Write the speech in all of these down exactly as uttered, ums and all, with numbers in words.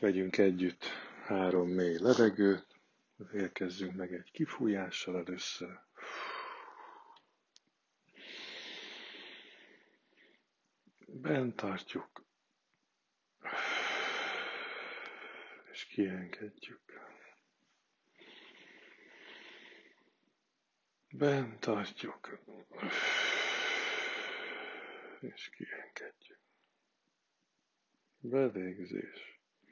Vegyünk együtt három mély levegőt, érkezzünk meg egy kifújással először. Bent tartjuk, és kiengedjük. Bent tartjuk, és kiengedjük. Belégzés.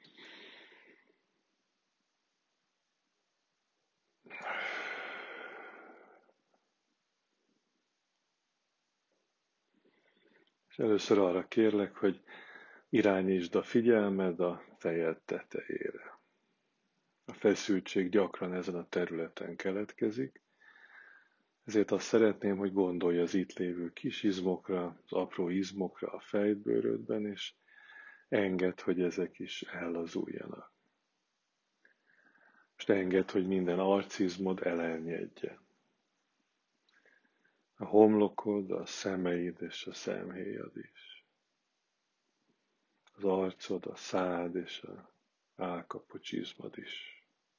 És először arra kérlek, hogy irányítsd a figyelmed a fejed tetejére. A feszültség gyakran ezen a területen keletkezik, ezért azt szeretném, hogy gondolj az itt lévő kis izmokra, az apró izmokra a fejdbőrödben, és engedd, hogy ezek is ellazuljanak. Most engedd, hogy minden arcizmod elernyedjen. A homlokod, a szemeid és a szemhéjad is. Az arcod, a szád és a állkapocsizmad is.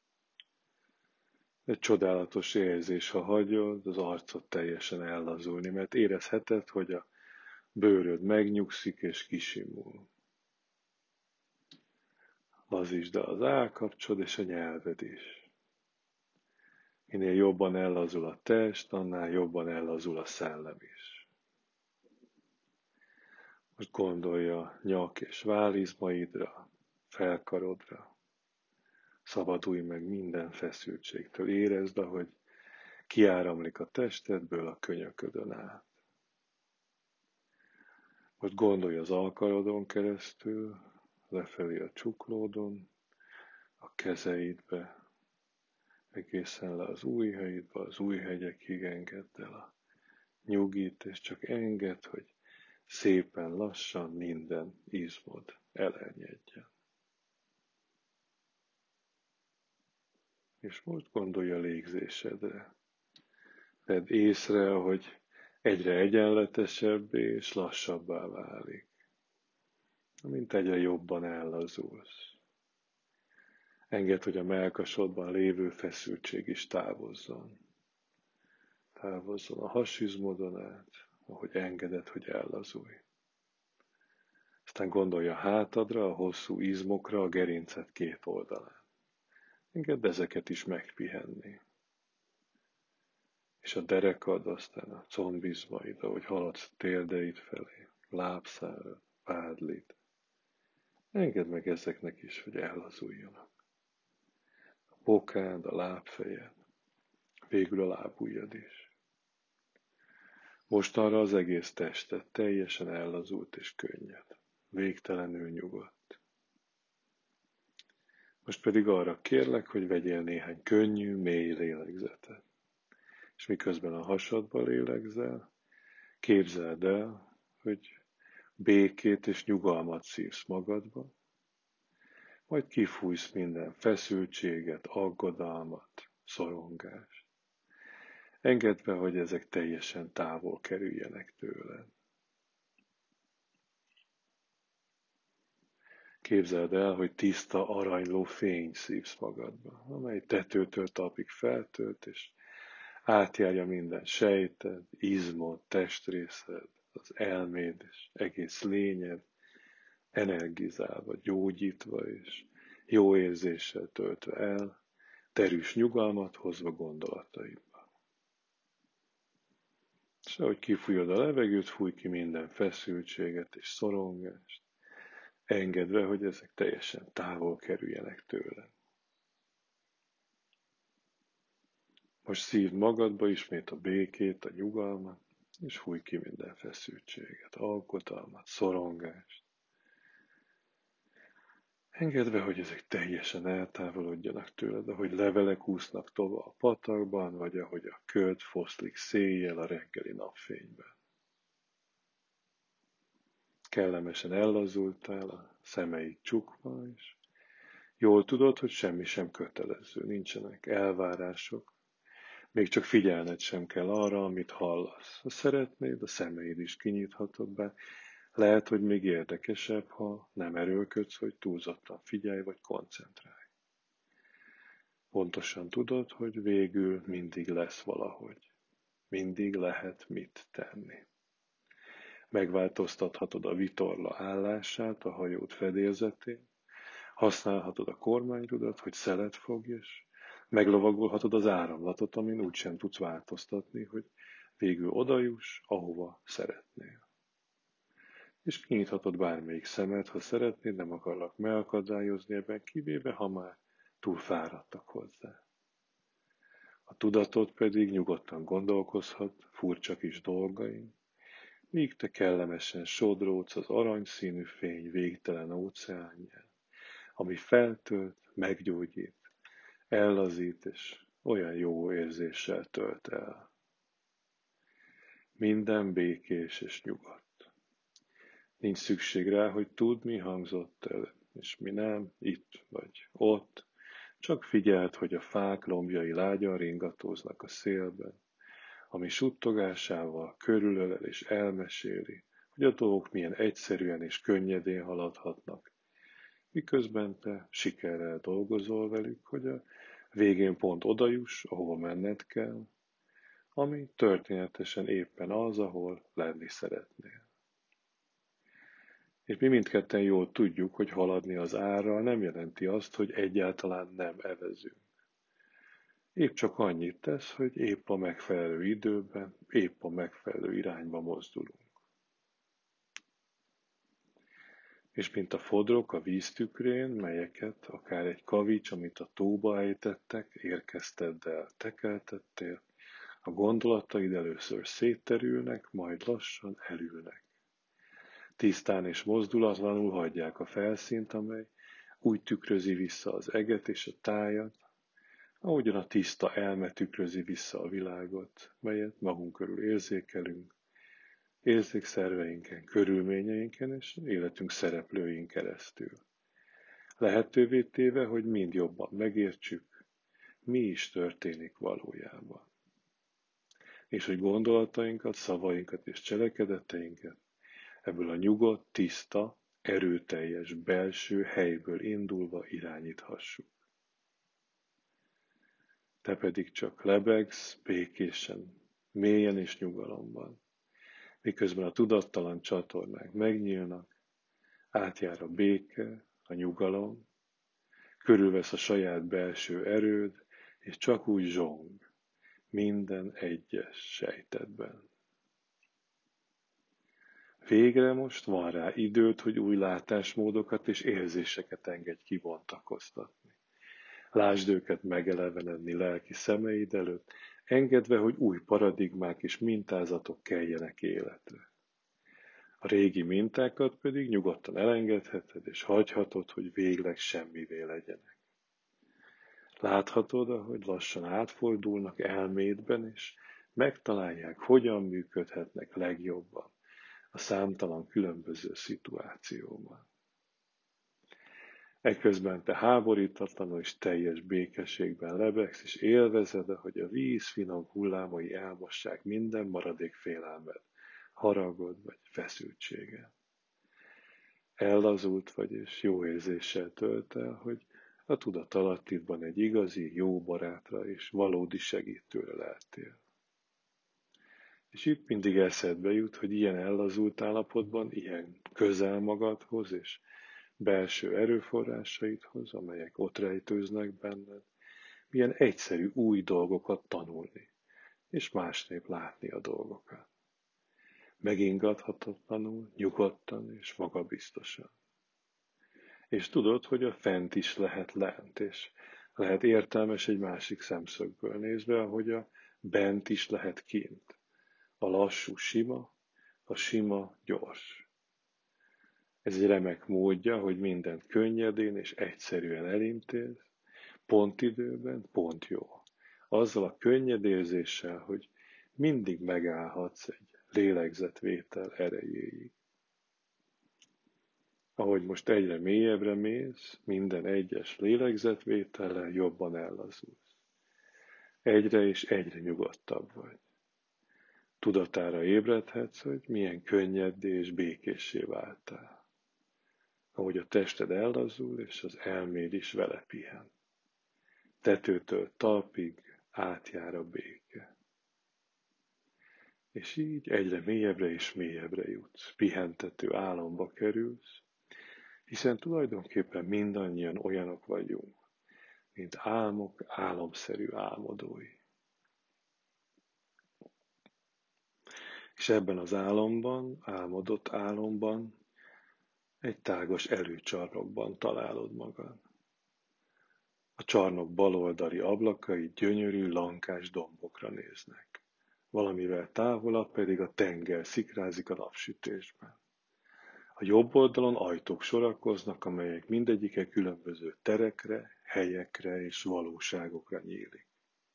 Egy csodálatos érzés, ha hagyod az arcod teljesen ellazulni, mert érezheted, hogy a bőröd megnyugszik és kisimul. Lazítsd az állkapcsod és a nyelved is. Minél jobban ellazul a test, annál jobban ellazul a szellem is. Most gondolj a nyak és vállizmaidra, felkarodra. Szabadulj meg minden feszültségtől. Érezd, ahogy kiáramlik a testedből a könyöködön át. Most gondolj az alkarodon keresztül, lefelé a csuklódon, a kezeidbe, egészen le az ujjaidba, az ujjhegyekig engedd el a nyugit, és csak engedd, hogy szépen lassan minden izmod elernyedjen. És most gondolj a légzésedre. Vedd észre, hogy egyre egyenletesebbé és lassabbá válik, mint egyre jobban ellazulsz. Engedd, hogy a mellkasodban lévő feszültség is távozzon. Távozzon a hasizmodon át, ahogy engeded, hogy ellazulj. Aztán gondolj a hátadra, a hosszú izmokra, a gerinced két oldalán. Engedd ezeket is megpihenni. És a derekad, aztán a combizmaid, ahogy haladsz térdeid felé, lábszárad, pádlid. Engedd meg ezeknek is, hogy ellazuljanak. A bokád, a lábfejed, végül a lábujjad is. Mostanra az egész tested teljesen ellazult és könnyed, végtelenül nyugodt. Most pedig arra kérlek, hogy vegyél néhány könnyű, mély lélegzetet. És miközben a hasadba lélegzel, képzeld el, hogy békét és nyugalmat szívsz magadba, majd kifújsz minden feszültséget, aggodalmat, szorongást. Engedd be, hogy ezek teljesen távol kerüljenek tőled. Képzeld el, hogy tiszta, aranyló fény szívsz magadba, amely tetőtől talpig feltölt, és átjárja minden sejted, izmod, testrészed, az elméd és egész lényed, energizálva, gyógyítva és jó érzéssel töltve el, derűs nyugalmat hozva gondolataidba. És ahogy kifújod a levegőt, fújj ki minden feszültséget és szorongást, engedve, hogy ezek teljesen távol kerüljenek tőled. Most szívd magadba ismét a békét, a nyugalmat, és fújj ki minden feszültséget, alkotalmat, szorongást. Engedve, hogy ezek teljesen eltávolodjanak tőled, ahogy levelek úsznak tovább a patakban, vagy ahogy a köd foszlik széjjel a reggeli napfényben. Kellemesen ellazultál, a szemeid csukva, és jól tudod, hogy semmi sem kötelező, nincsenek elvárások, még csak figyelned sem kell arra, amit hallasz. Ha szeretnéd, a szemeid is kinyithatod be, Lehet, hogy még érdekesebb, ha nem erőlködsz, hogy túlzottan figyelj vagy koncentrálj. Pontosan tudod, hogy végül mindig lesz valahogy. Mindig lehet mit tenni. Megváltoztathatod a vitorla állását a hajód fedélzetén, használhatod a kormányrudat, hogy szelet fogj, és meglovagolhatod az áramlatot, amin úgysem tudsz változtatni, hogy végül odajuss, ahova szeretnél. És kinyithatod bármelyik szemed, ha szeretnéd, nem akarlak megakadályozni ebben, kivéve, ha már túl fáradtak hozzá. A tudatod pedig nyugodtan gondolkozhat furcsa kis dolgain, míg te kellemesen sodródsz az aranyszínű fény végtelen óceánján, ami feltölt, meggyógyít, ellazít, és olyan jó érzéssel tölt el. Minden békés és nyugodt. Nincs szükség rá, hogy tudd, mi hangzott el, és mi nem, itt vagy ott, csak figyeld, hogy a fák lombjai lágyan ringatóznak a szélben, ami suttogásával körülölel és elmeséli, hogy a dolgok milyen egyszerűen és könnyedén haladhatnak, miközben te sikerrel dolgozol velük, hogy a végén pont odajuss, ahova menned kell, ami történetesen éppen az, ahol lenni szeretnél. És mi mindketten jól tudjuk, hogy haladni az árral nem jelenti azt, hogy egyáltalán nem evezünk. Épp csak annyit tesz, hogy épp a megfelelő időben, épp a megfelelő irányba mozdulunk. És mint a fodrok a víztükrén, melyeket akár egy kavics, amit a tóba ejtettek, érkezteddel tekeltettél, a gondolataid először szétterülnek, majd lassan elülnek. Tisztán és mozdulatlanul hagyják a felszínt, amely úgy tükrözi vissza az eget és a tájat, ahogyan a tiszta elme tükrözi vissza a világot, melyet magunk körül érzékelünk, érzékszerveinken, körülményeinken és életünk szereplőin keresztül. Lehetővé téve, hogy mind jobban megértsük, mi is történik valójában. És hogy gondolatainkat, szavainkat és cselekedeteinket ebből a nyugodt, tiszta, erőteljes belső helyből indulva irányíthassuk. Te pedig csak lebegsz békésen, mélyen és nyugalomban, miközben a tudattalan csatornák megnyílnak, átjár a béke, a nyugalom, körülvesz a saját belső erőd, és csak úgy zsong minden egyes sejtedben. Végre most van rá időd, hogy új látásmódokat és érzéseket engedj kibontakoztatni. Lásd őket megelevenedni lelki szemeid előtt, engedve, hogy új paradigmák és mintázatok keljenek életre. A régi mintákat pedig nyugodtan elengedheted, és hagyhatod, hogy végleg semmivé legyenek. Láthatod, ahogy lassan átfordulnak elmédben, és megtalálják, hogyan működhetnek legjobban a számtalan különböző szituációban. Eközben te háborítatlanul és teljes békességben lebegsz, és élvezed, hogy a víz finom hullámai elmossák minden maradék félelmed, haragod vagy feszültséged. Ellazult vagy, és jó érzéssel tölt el, hogy a tudatalattidban egy igazi, jó barátra és valódi segítőre lehettél. És itt mindig eszedbe jut, hogy ilyen ellazult állapotban, ilyen közel magadhoz és belső erőforrásaidhoz, amelyek ott rejtőznek benned, milyen egyszerű új dolgokat tanulni, és másnépp látni a dolgokat. Megingathatatlanul, nyugodtan és magabiztosan. És tudod, hogy a fent is lehet lent, és lehet értelmes egy másik szemszögből nézve, ahogy a bent is lehet kint. A lassú sima, a sima gyors. Ez egy remek módja, hogy mindent könnyedén és egyszerűen elintéz, pont időben, pont jó. Azzal a könnyed érzéssel, hogy mindig megállhatsz egy lélegzetvétel erejéig. Ahogy most egyre mélyebbre mész, minden egyes lélegzetvétellel jobban ellazulsz. Egyre és egyre nyugodtabb vagy. Tudatára ébredhetsz, hogy milyen könnyedé és békéssé váltál, ahogy a tested ellazul, és az elméd is vele pihen. Tetőtől talpig átjár a béke. És így egyre mélyebbre és mélyebbre jutsz, pihentető álomba kerülsz, hiszen tulajdonképpen mindannyian olyanok vagyunk, mint álmok álomszerű álmodói. És ebben az álomban, álmodott álomban, egy tágas előcsarnokban találod magad. A csarnok baloldali ablakai gyönyörű lankás dombokra néznek. Valamivel távolabb pedig a tenger szikrázik a napsütésben. A jobb oldalon ajtók sorakoznak, amelyek mindegyike különböző terekre, helyekre és valóságokra nyílik.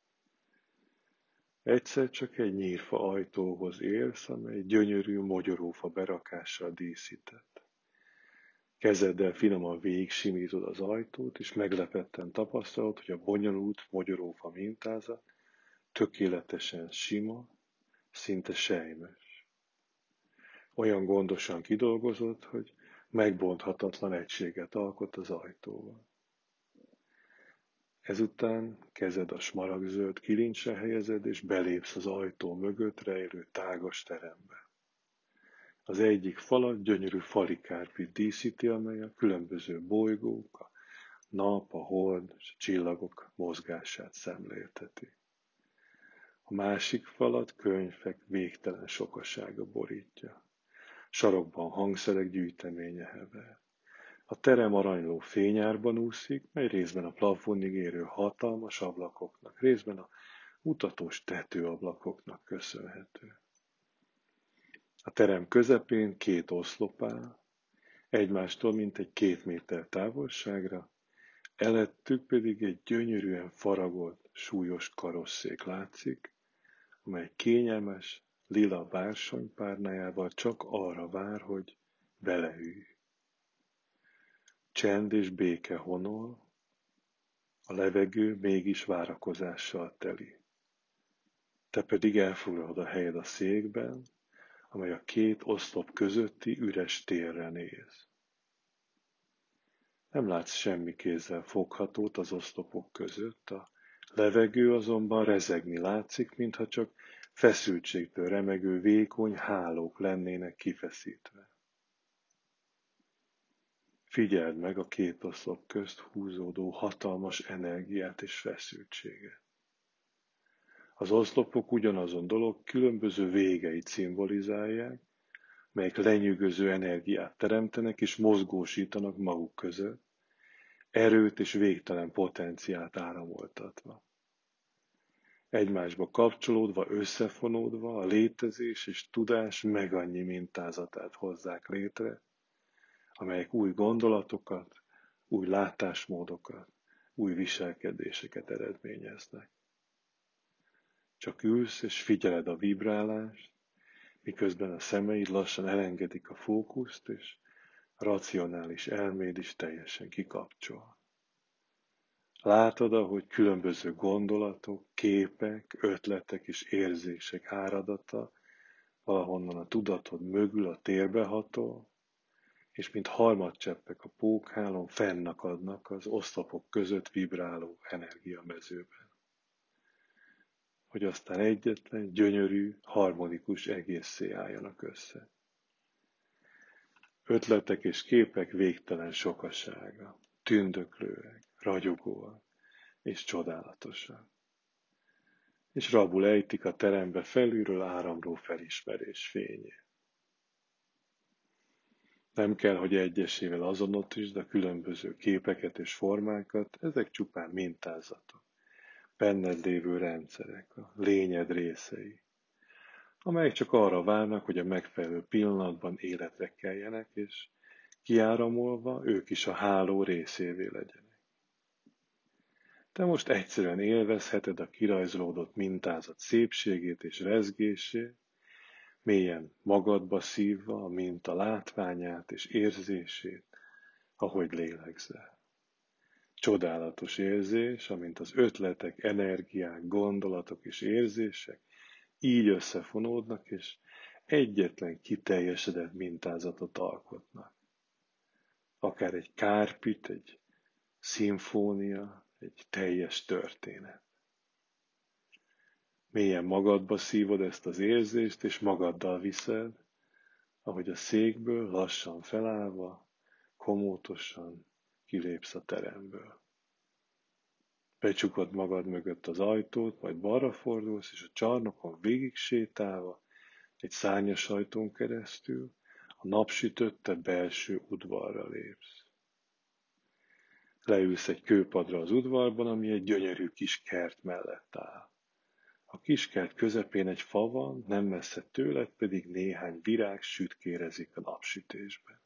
Egyszer csak egy nyírfa ajtóhoz érsz, amely gyönyörű mogyorófa berakással díszített. Kezeddel finoman végig simítod az ajtót, és meglepetten tapasztalod, hogy a bonyolult mogyorófa mintázat tökéletesen sima, szinte selymes. Olyan gondosan kidolgozott, hogy megbonthatatlan egységet alkot az ajtóval. Ezután kezed a smaragdzöld kilincsre helyezed, és belépsz az ajtó mögött rejlő tágas terembe. Az egyik falat gyönyörű falikárpit díszíti, amely a különböző bolygók, a nap, a hold és a csillagok mozgását szemlélteti. A másik falat könyvek végtelen sokasága borítja. Sarokban hangszerek gyűjteménye hever. A terem aranyló fényárban úszik, mely részben a plafonig érő hatalmas ablakoknak, részben a mutatós tetőablakoknak köszönhető. A terem közepén két oszlop áll, egymástól mintegy két méter távolságra, elettük pedig egy gyönyörűen faragolt, súlyos karosszék látszik, amely kényelmes, lila bársonypárnájával csak arra vár, hogy beleülj. Csend és béke honol, a levegő mégis várakozással teli. Te pedig elfoglalod a helyed a székben, amely a két oszlop közötti üres térre néz. Nem látsz semmi kézzel foghatót az oszlopok között, a levegő azonban rezegni látszik, mintha csak feszültségtől remegő vékony hálók lennének kifeszítve. Figyeld meg a két oszlop közt húzódó hatalmas energiát és feszültséget. Az oszlopok ugyanazon dolog különböző végeit szimbolizálják, melyek lenyűgöző energiát teremtenek és mozgósítanak maguk között, erőt és végtelen potenciált áramoltatva. Egymásba kapcsolódva, összefonódva a létezés és tudás megannyi mintázatát hozzák létre, amelyek új gondolatokat, új látásmódokat, új viselkedéseket eredményeznek. Csak ülsz és figyeled a vibrálást, miközben a szemeid lassan elengedik a fókuszt, és a racionális elméd is teljesen kikapcsol. Látod, ahogy különböző gondolatok, képek, ötletek és érzések áradata valahonnan a tudatod mögül a térbe hatol, és mint harmadcseppek a pókhálón fennakadnak az oszlopok között vibráló energiamezőben. Hogy aztán egyetlen, gyönyörű, harmonikus egészé álljanak össze. Ötletek és képek végtelen sokasága, tündöklőek, ragyogóak és csodálatosak. És rabul ejtik a terembe felülről áramló felismerés fényét. Nem kell, hogy egyesével azonosítsd a különböző képeket és formákat, ezek csupán mintázatok, benned lévő rendszerek, a lényed részei, amelyek csak arra várnak, hogy a megfelelő pillanatban életre keljenek, és kiáramolva ők is a háló részévé legyenek. Te most egyszerűen élvezheted a kirajzolódott mintázat szépségét és rezgését, mélyen magadba szívva a minta látványát és érzését, ahogy lélegzel. Csodálatos érzés, amint az ötletek, energiák, gondolatok és érzések így összefonódnak, és egyetlen kiteljesedett mintázatot alkotnak. Akár egy kárpit, egy szimfónia, egy teljes történet. Mélyen magadba szívod ezt az érzést, és magaddal viszed, ahogy a székből lassan felállva, komótosan kilépsz a teremből. Becsukod magad mögött az ajtót, majd balra fordulsz, és a csarnokon végig sétálva, egy szárnyas ajtón keresztül, a napsütötte belső udvarra lépsz. Leülsz egy kőpadra az udvarban, ami egy gyönyörű kis kert mellett áll. A kiskert közepén egy fa van, nem messze tőled pedig néhány virág sütkérezik a napsütésben.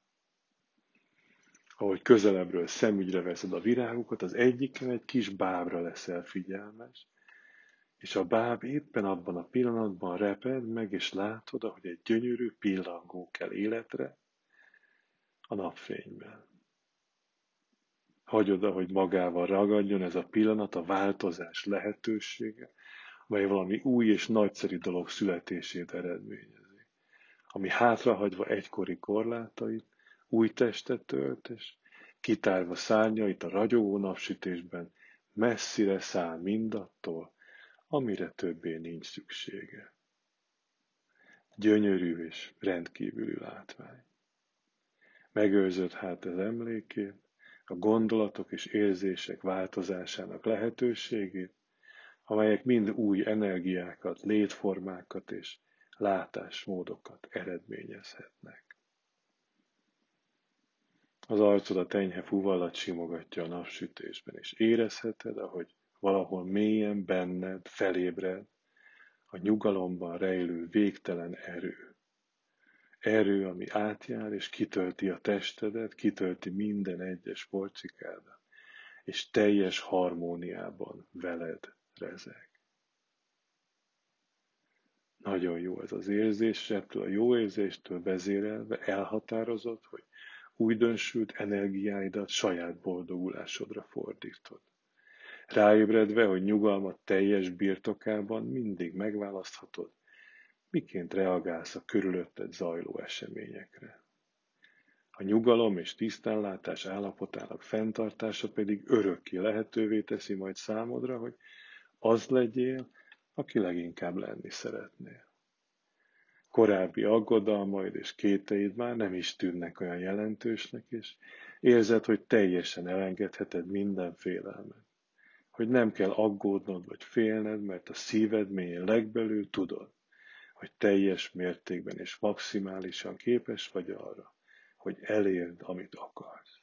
Ahogy közelebbről szemügyre veszed a virágokat, az egyiken egy kis bábra leszel figyelmes, és a báb éppen abban a pillanatban reped meg, és látod, ahogy egy gyönyörű pillangó kell életre a napfényben. Hagyod, ahogy magával ragadjon ez a pillanat, a változás lehetősége, mely valami új és nagyszerű dolog születését eredményezi, ami hátrahagyva egykori korlátait, új testet tölt, és kitárva szárnyait a ragyogó napsütésben messzire száll mindattól, amire többé nincs szüksége. Gyönyörű és rendkívüli látvány. Megőrzöd hát az emlékét, a gondolatok és érzések változásának lehetőségét, amelyek mind új energiákat, létformákat és látásmódokat eredményezhetnek. Az arcodat enyhe fuvallat simogatja a napsütésben, és érezheted, ahogy valahol mélyen benned felébred a nyugalomban rejlő végtelen erő. Erő, ami átjár és kitölti a testedet, kitölti minden egyes porcikádat, és teljes harmóniában veled rezeg. Nagyon jó ez az érzés, ettől a jó érzéstől vezérelve elhatározott, hogy újdonsült energiáidat saját boldogulásodra fordítod. Ráébredve, hogy nyugalmat teljes birtokában mindig megválaszthatod, miként reagálsz a körülötted zajló eseményekre. A nyugalom és tisztánlátás állapotának fenntartása pedig örökké lehetővé teszi majd számodra, hogy az legyél, aki leginkább lenni szeretnél. Korábbi aggodalmaid és kételjeid már nem is tűnnek olyan jelentősnek, és érzed, hogy teljesen elengedheted minden félelmet. Hogy nem kell aggódnod vagy félned, mert a szíved mélyén legbelül tudod, hogy teljes mértékben és maximálisan képes vagy arra, hogy elérd, amit akarsz.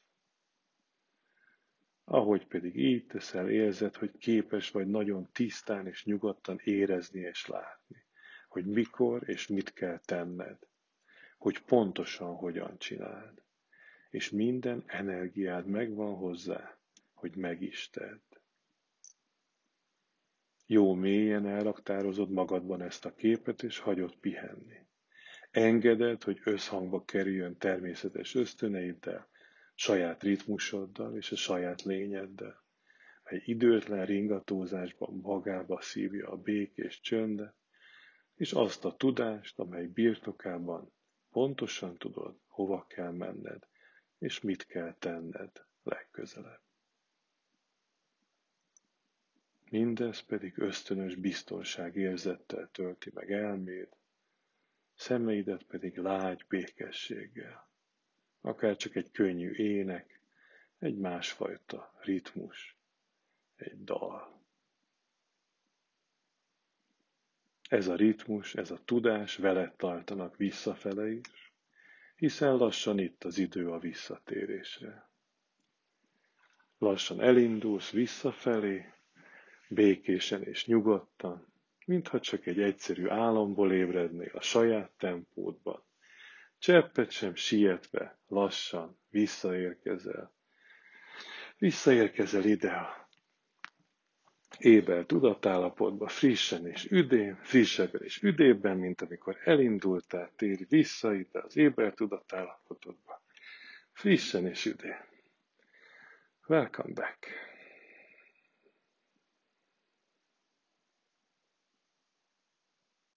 Ahogy pedig így teszel, érzed, hogy képes vagy nagyon tisztán és nyugodtan érezni és látni, hogy mikor és mit kell tenned, hogy pontosan hogyan csináld, és minden energiád megvan hozzá, hogy meg is tedd. Jó mélyen elraktározod magadban ezt a képet, és hagyod pihenni. Engeded, hogy összhangba kerüljön természetes ösztöneiddel, saját ritmusoddal és a saját lényeddel, mely időtlen ringatózásban magába szívja a békés csöndet, és azt a tudást, amely birtokában pontosan tudod, hova kell menned, és mit kell tenned legközelebb. Mindez pedig ösztönös biztonságérzettel tölti meg elméd, szemeidet pedig lágy békességgel, akár csak egy könnyű ének, egy másfajta ritmus, egy dal. Ez a ritmus, ez a tudás veled tartanak visszafele is, hiszen lassan itt az idő a visszatérésre. Lassan elindulsz visszafelé, békésen és nyugodtan, mintha csak egy egyszerű álomból ébrednél a saját tempódban. Cseppet sem sietve, lassan visszaérkezel. Visszaérkezel ide a éber tudatállapotba, frissen és üdén, frissebben és üdébben, mint amikor elindultál, térj vissza ide az éber tudatállapotodba, frissen és üdén. Welcome back.